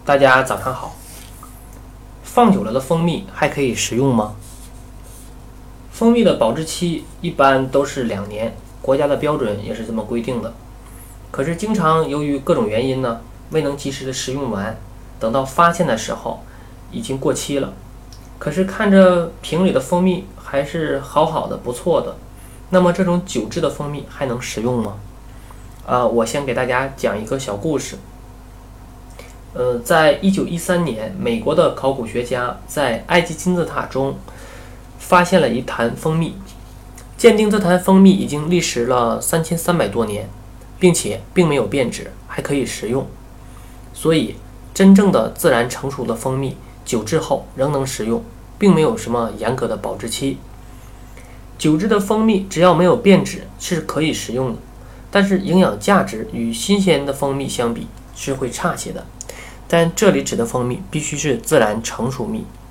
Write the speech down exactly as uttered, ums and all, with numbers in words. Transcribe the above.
大家早上好。放久了的蜂蜜还可以食用吗？蜂蜜的保质期一般都是两年，国家的标准也是这么规定的。可是经常由于各种原因呢，未能及时的食用完，等到发现的时候已经过期了。可是看着瓶里的蜂蜜还是好好的，不错的，那么这种久置的蜂蜜还能食用吗？呃，我先给大家讲一个小故事。呃，在一九一三年，美国的考古学家在埃及金字塔中发现了一坛蜂蜜，鉴定这坛蜂蜜已经历时了三千三百多年，并且并没有变质，还可以食用。所以，真正的自然成熟的蜂蜜久置后仍能食用，并没有什么严格的保质期。久置的蜂蜜只要没有变质是可以食用的，但是营养价值与新鲜的蜂蜜相比是会差些的。但这里指的蜂蜜必须是自然成熟蜜。